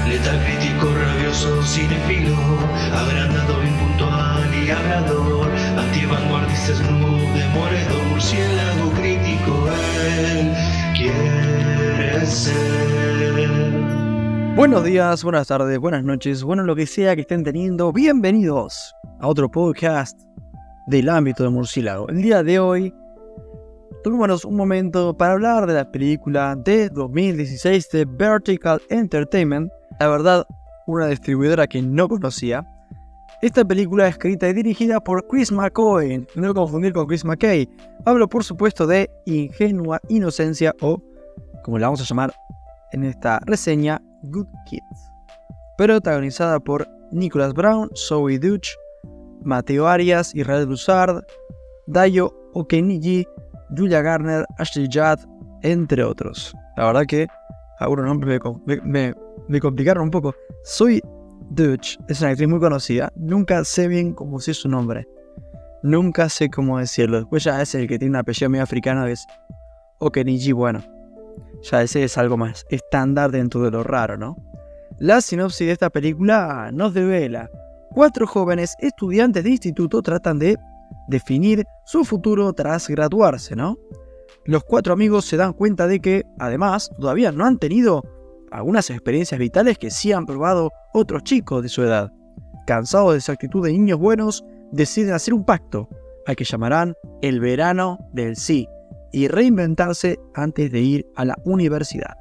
Letal crítico, rabioso, cinéfilo, agrandado, impuntual y hablador, antivanguardista, snoop, demoledor, murciélago crítico, él quiere ser. Buenos días, buenas tardes, buenas noches, bueno, lo que sea que estén teniendo, bienvenidos a otro podcast del ámbito de murciélago. El día de hoy, tomémonos un momento para hablar de la película de 2016 de Vertical Entertainment, la verdad, una distribuidora que no conocía. Esta película es escrita y dirigida por Chris McCoy, no confundir con Chris McKay. Hablo por supuesto de Ingenua Inocencia o, como la vamos a llamar en esta reseña, Good Kids. Protagonizada por Nicholas Braun, Zoe Deutch, Mateo Arias, Israel Broussard, Dayo Okeniji, Julia Garner, Ashley Judd, entre otros. La verdad que algunos nombres me complicaron un poco. Zoe Deutch es una actriz muy conocida. Nunca sé bien cómo es su nombre. Nunca sé cómo decirlo. Después ya es el que tiene un apellido medio africano, que es Okeniji. Bueno, ya ese es algo más estándar dentro de lo raro, ¿no? La sinopsis de esta película nos devela: 4 jóvenes estudiantes de instituto tratan de definir su futuro tras graduarse, ¿no? Los 4 amigos se dan cuenta de que, además, todavía no han tenido algunas experiencias vitales que sí han probado otros chicos de su edad. Cansados de esa actitud de niños buenos, deciden hacer un pacto, al que llamarán el verano del sí, y reinventarse antes de ir a la universidad.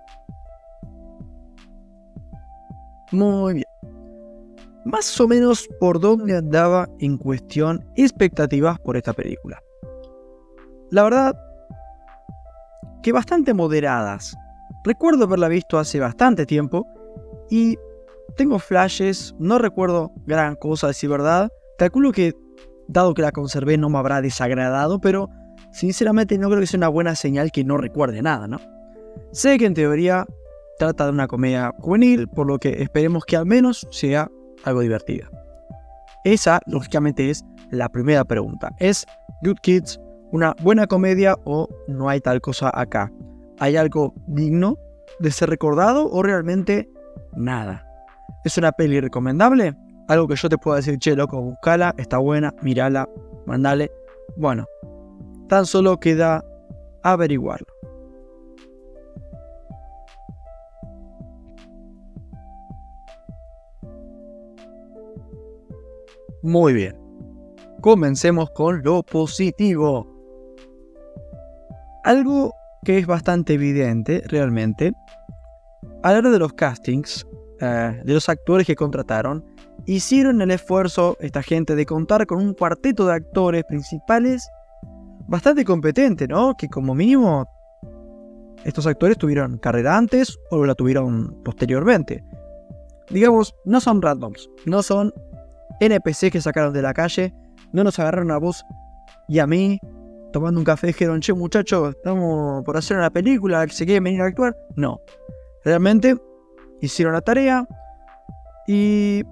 Muy bien. Más o menos por dónde andaba en cuestión expectativas por esta película. La verdad que bastante moderadas. Recuerdo haberla visto hace bastante tiempo y tengo flashes, no recuerdo gran cosa, a decir verdad. Calculo que, dado que la conservé, no me habrá desagradado, pero sinceramente no creo que sea una buena señal que no recuerde nada, ¿no? Sé que en teoría trata de una comedia juvenil, por lo que esperemos que al menos sea algo divertida. Esa, lógicamente, es la primera pregunta. ¿Es Good Kids una buena comedia o no hay tal cosa acá? ¿Hay algo digno de ser recordado o realmente nada? ¿Es una peli recomendable? Algo que yo te pueda decir, che, loco, buscala, está buena, mírala, mandale. Bueno, tan solo queda averiguarlo. Muy bien. Comencemos con lo positivo. Algo que es bastante evidente, realmente, a la hora de los castings, de los actores que contrataron, hicieron el esfuerzo, esta gente, de contar con un cuarteto de actores principales bastante competente, ¿no? Que como mínimo estos actores tuvieron carrera antes o la tuvieron posteriormente. Digamos, no son randoms, no son NPC que sacaron de la calle, no nos agarraron a vos y a mí tomando un café y dijeron, che muchachos, estamos por hacer una película, que se quieren venir a actuar. No, realmente hicieron la tarea y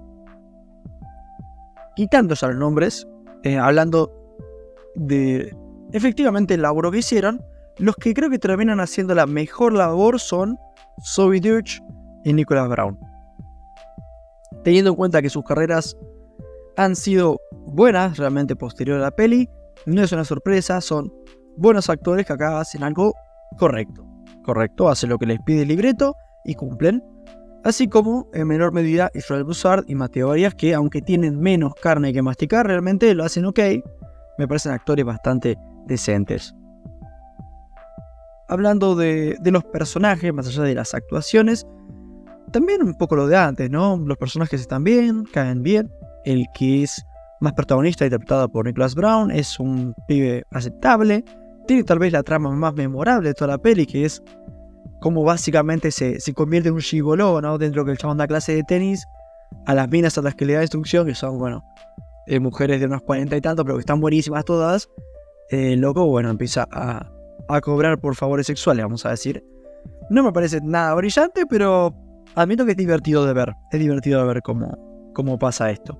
quitando ya los nombres, hablando de efectivamente el laburo que hicieron, los que creo que terminan haciendo la mejor labor son Zoe Deutch y Nicholas Braun. Teniendo en cuenta que sus carreras han sido buenas realmente posterior a la peli, no es una sorpresa, son buenos actores que acá hacen algo correcto, hacen lo que les pide el libreto y cumplen, así como en menor medida Israel Broussard y Mateo Arias, que aunque tienen menos carne que masticar, realmente lo hacen ok, me parecen actores bastante decentes. Hablando de los personajes, más allá de las actuaciones, también un poco lo de antes, ¿no? Los personajes están bien, caen bien. El que es más protagonista, interpretado por Nicholas Braun, es un pibe aceptable. Tiene tal vez la trama más memorable de toda la peli, que es cómo básicamente se convierte en un gigoló, ¿no? Dentro que el chabón da clase de tenis a las minas a las que le da instrucción, que son, bueno, mujeres de unos 40 y tanto, pero que están buenísimas todas. El loco, bueno, empieza a cobrar por favores sexuales, vamos a decir. No me parece nada brillante, pero admito que es divertido de ver. Es divertido de ver cómo pasa esto.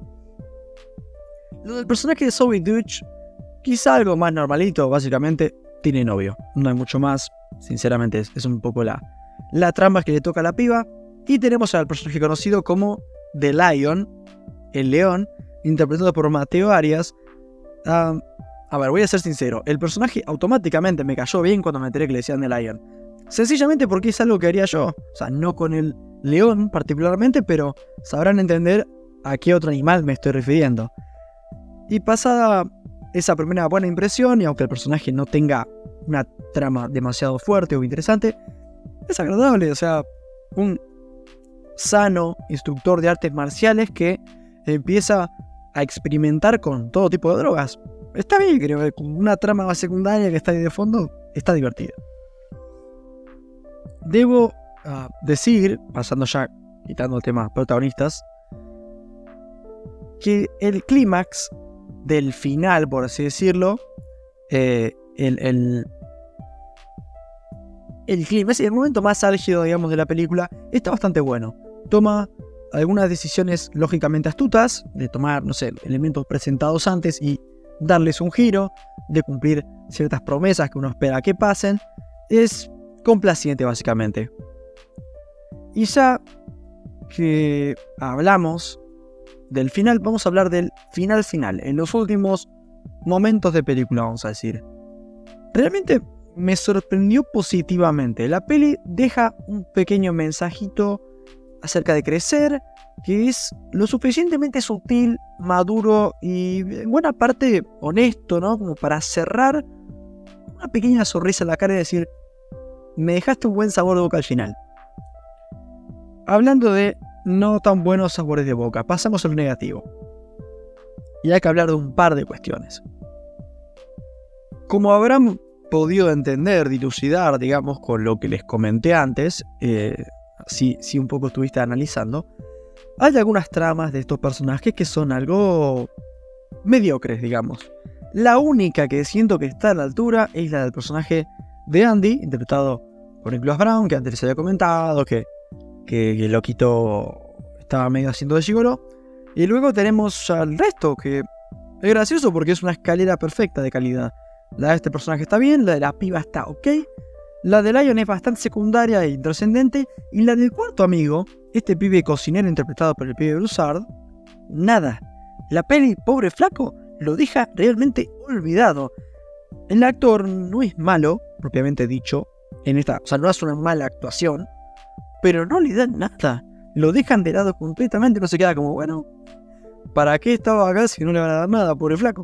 Lo del personaje de Zoe Deutch, quizá algo más normalito, básicamente tiene novio. No hay mucho más, sinceramente es un poco la trama que le toca a la piba. Y tenemos al personaje conocido como The Lion, el león, interpretado por Mateo Arias. A ver, voy a ser sincero, el personaje automáticamente me cayó bien cuando me enteré que le decían The Lion. Sencillamente porque es algo que haría yo. O sea, no con el león particularmente, pero sabrán entender a qué otro animal me estoy refiriendo. Y pasada esa primera buena impresión, y aunque el personaje no tenga una trama demasiado fuerte o interesante, es agradable. O sea, un sano instructor de artes marciales que empieza a experimentar con todo tipo de drogas. Está bien, creo que con una trama más secundaria que está ahí de fondo, está divertida. Debo decir, pasando ya, quitando temas protagonistas, que el clímax del final, por así decirlo, el clímax, el momento más álgido, digamos, de la película, está bastante bueno. Toma algunas decisiones lógicamente astutas, de tomar, no sé, elementos presentados antes y darles un giro, de cumplir ciertas promesas que uno espera que pasen. Es complaciente, básicamente. Y ya que hablamos del final, vamos a hablar del final, en los últimos momentos de película, vamos a decir. Realmente me sorprendió positivamente. La peli deja un pequeño mensajito acerca de crecer, que es lo suficientemente sutil, maduro y en buena parte honesto, ¿no? Como para cerrar una pequeña sonrisa en la cara y decir: me dejaste un buen sabor de boca al final. Hablando de no tan buenos sabores de boca, pasamos a lo negativo. Y hay que hablar de un par de cuestiones. Como habrán podido entender, dilucidar, digamos, con lo que les comenté antes, si un poco estuviste analizando, hay algunas tramas de estos personajes que son algo mediocres, digamos. La única que siento que está a la altura es la del personaje de Andy, interpretado por Nicholas Brown, que antes les había comentado que el loquito estaba medio haciendo de gigolo. Y luego tenemos al resto, que es gracioso porque es una escalera perfecta de calidad. La de este personaje está bien, la de la piba está ok, la de Lion es bastante secundaria e intrascendente, y la del cuarto amigo, este pibe cocinero interpretado por el pibe Broussard, nada. La peli, pobre flaco, lo deja realmente olvidado. El actor no es malo, propiamente dicho, o sea, no hace una mala actuación, pero no le dan nada. Lo dejan de lado completamente, no se queda como, bueno, ¿para qué estaba acá si no le van a dar nada, pobre flaco?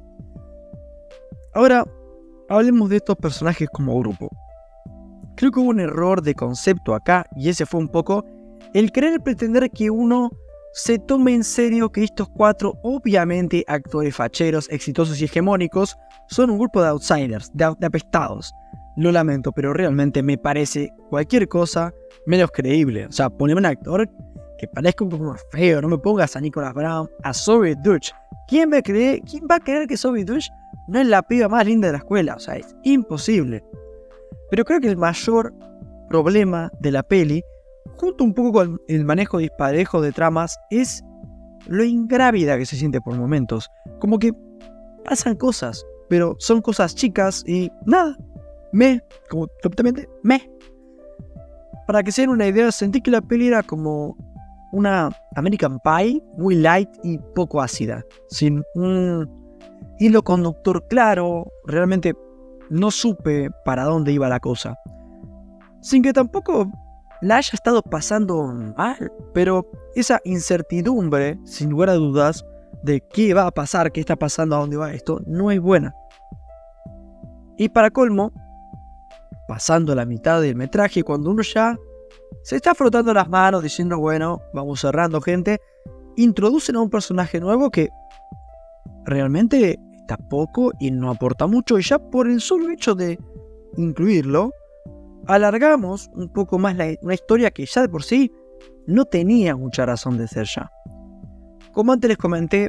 Ahora, hablemos de estos personajes como grupo. Creo que hubo un error de concepto acá, y ese fue un poco el querer pretender que uno se tome en serio que estos cuatro, obviamente actores facheros, exitosos y hegemónicos, son un grupo de outsiders, de apestados. Lo lamento, pero realmente me parece cualquier cosa menos creíble. O sea, poneme un actor que parezca un poco más feo, no me pongas a Nicholas Brown, a Zoe Deutch. ¿Quién va a creer que Zoe Deutch no es la piba más linda de la escuela? O sea, es imposible. Pero creo que el mayor problema de la peli, junto un poco con el manejo disparejo de tramas, es lo ingrávida que se siente por momentos. Como que pasan cosas, pero son cosas chicas y nada. Como completamente Para que se den una idea, sentí que la peli era como una American Pie muy light y poco ácida, sin un hilo conductor claro. Realmente no supe para dónde iba la cosa, sin que tampoco la haya estado pasando mal, pero esa incertidumbre, sin lugar a dudas, de qué va a pasar, qué está pasando, a dónde va esto, no es buena. Y para colmo, pasando la mitad del metraje, cuando uno ya se está frotando las manos diciendo, bueno, vamos cerrando, gente, introducen a un personaje nuevo que realmente está poco y no aporta mucho, y ya por el solo hecho de incluirlo, alargamos un poco más una historia que ya de por sí no tenía mucha razón de ser ya. Como antes les comenté,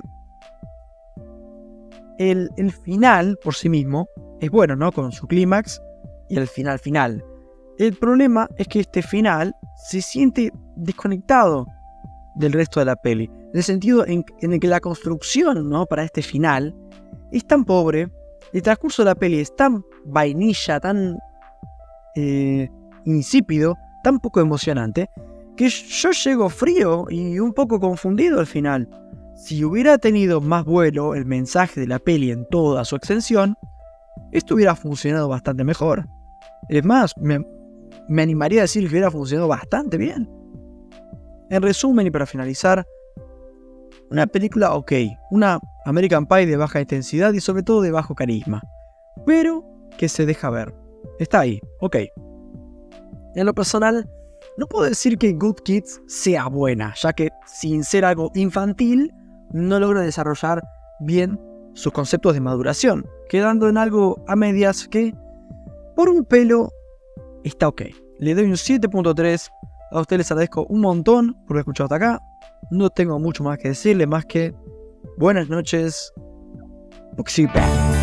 el final por sí mismo es bueno, ¿no? Con su clímax y el final. El problema es que este final se siente desconectado del resto de la peli, en el sentido en el que la construcción, ¿no?, para este final es tan pobre, el transcurso de la peli es tan vainilla, tan insípido, tan poco emocionante, que yo llego frío y un poco confundido al final. Si hubiera tenido más vuelo el mensaje de la peli en toda su extensión, esto hubiera funcionado bastante mejor. Es más, me animaría a decir que hubiera funcionado bastante bien. En resumen y para finalizar, una película ok, una American Pie de baja intensidad y sobre todo de bajo carisma, pero que se deja ver. Está ahí, ok. En lo personal, no puedo decir que Good Kids sea buena, ya que sin ser algo infantil, no logra desarrollar bien sus conceptos de maduración, quedando en algo a medias que, por un pelo, está ok. Le doy un 7.3. A ustedes les agradezco un montón por haber escuchado hasta acá. No tengo mucho más que decirle, más que buenas noches. Boxy back.